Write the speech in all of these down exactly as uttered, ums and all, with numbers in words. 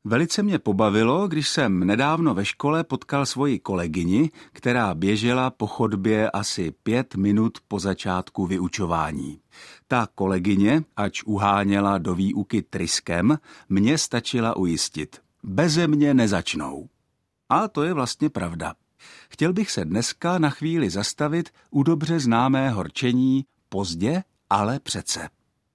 Velice mě pobavilo, když jsem nedávno ve škole potkal svoji kolegyni, která běžela po chodbě asi pět minut po začátku vyučování. Ta kolegyně, ač uháněla do výuky tryskem, mě stačila ujistit. Beze mě nezačnou. A to je vlastně pravda. Chtěl bych se dneska na chvíli zastavit u dobře známého rčení pozdě, ale přece.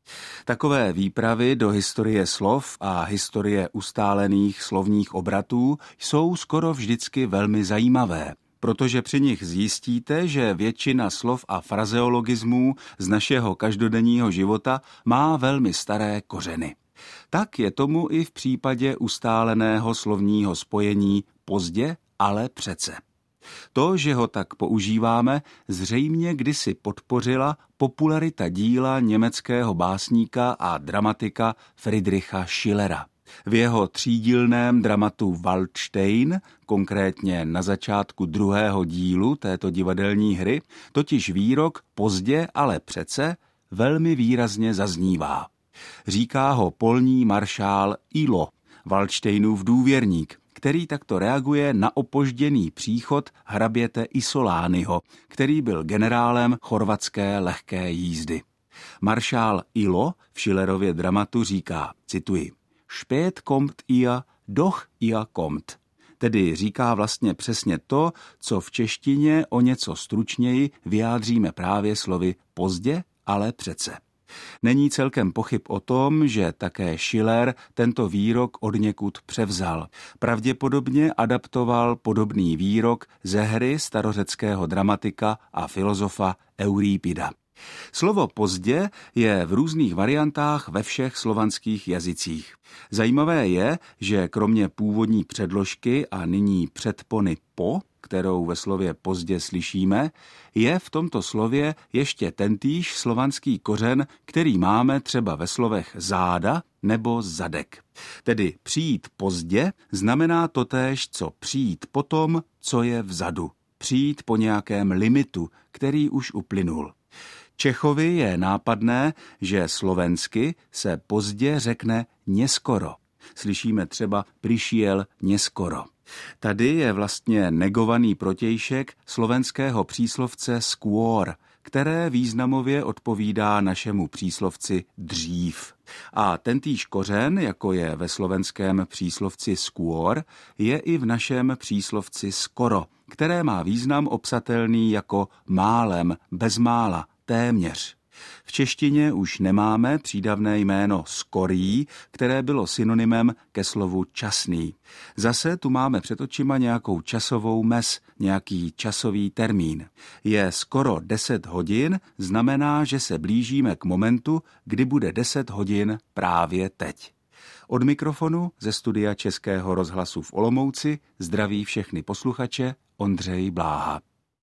Takové výpravy do historie slov a historie ustálených slovních obratů jsou skoro vždycky velmi zajímavé, protože při nich zjistíte, že většina slov a frazeologismů z našeho každodenního života má velmi staré kořeny. Tak je tomu i v případě ustáleného slovního spojení pozdě, ale přece. To, že ho tak používáme, zřejmě kdysi podpořila popularita díla německého básníka a dramatika Friedricha Schillera. V jeho třídílném dramatu Waldstein, konkrétně na začátku druhého dílu této divadelní hry, totiž výrok pozdě, ale přece velmi výrazně zaznívá. Říká ho polní maršál Ilo, Waldsteinův důvěrník, který takto reaguje na opožděný příchod hraběte Isolányho, který byl generálem chorvatské lehké jízdy. Maršál Ilo v Schillerově dramatu říká, cituji, Spät kommt ihr, doch ihr kommt. Tedy říká vlastně přesně to, co v češtině o něco stručněji vyjádříme právě slovy pozdě, ale přece. Není celkem pochyb o tom, že také Schiller tento výrok odněkud převzal. Pravděpodobně adaptoval podobný výrok ze hry starořeckého dramatika a filozofa Eurípida. Slovo pozdě je v různých variantách ve všech slovanských jazycích. Zajímavé je, že kromě původní předložky a nyní předpony po, kterou ve slově pozdě slyšíme, je v tomto slově ještě tentýž slovanský kořen, který máme třeba ve slovech záda nebo zadek. Tedy přijít pozdě znamená totéž, co přijít potom, co je vzadu. Přijít po nějakém limitu, který už uplynul. Čechovi je nápadné, že slovensky se pozdě řekne něskoro. Slyšíme třeba přišiel něskoro. Tady je vlastně negovaný protějšek slovenského příslovce skôr, které významově odpovídá našemu příslovci dřív. A tentýž kořen, jako je ve slovenském příslovci skôr, je i v našem příslovci skoro, které má význam opsatelný jako málem, bezmála, téměř. V češtině už nemáme přídavné jméno skorý, které bylo synonymem ke slovu časný. Zase tu máme před očima nějakou časovou mez, nějaký časový termín. Je skoro deset hodin, znamená, že se blížíme k momentu, kdy bude deset hodin právě teď. Od mikrofonu ze studia Českého rozhlasu v Olomouci zdraví všechny posluchače Ondřej Bláha.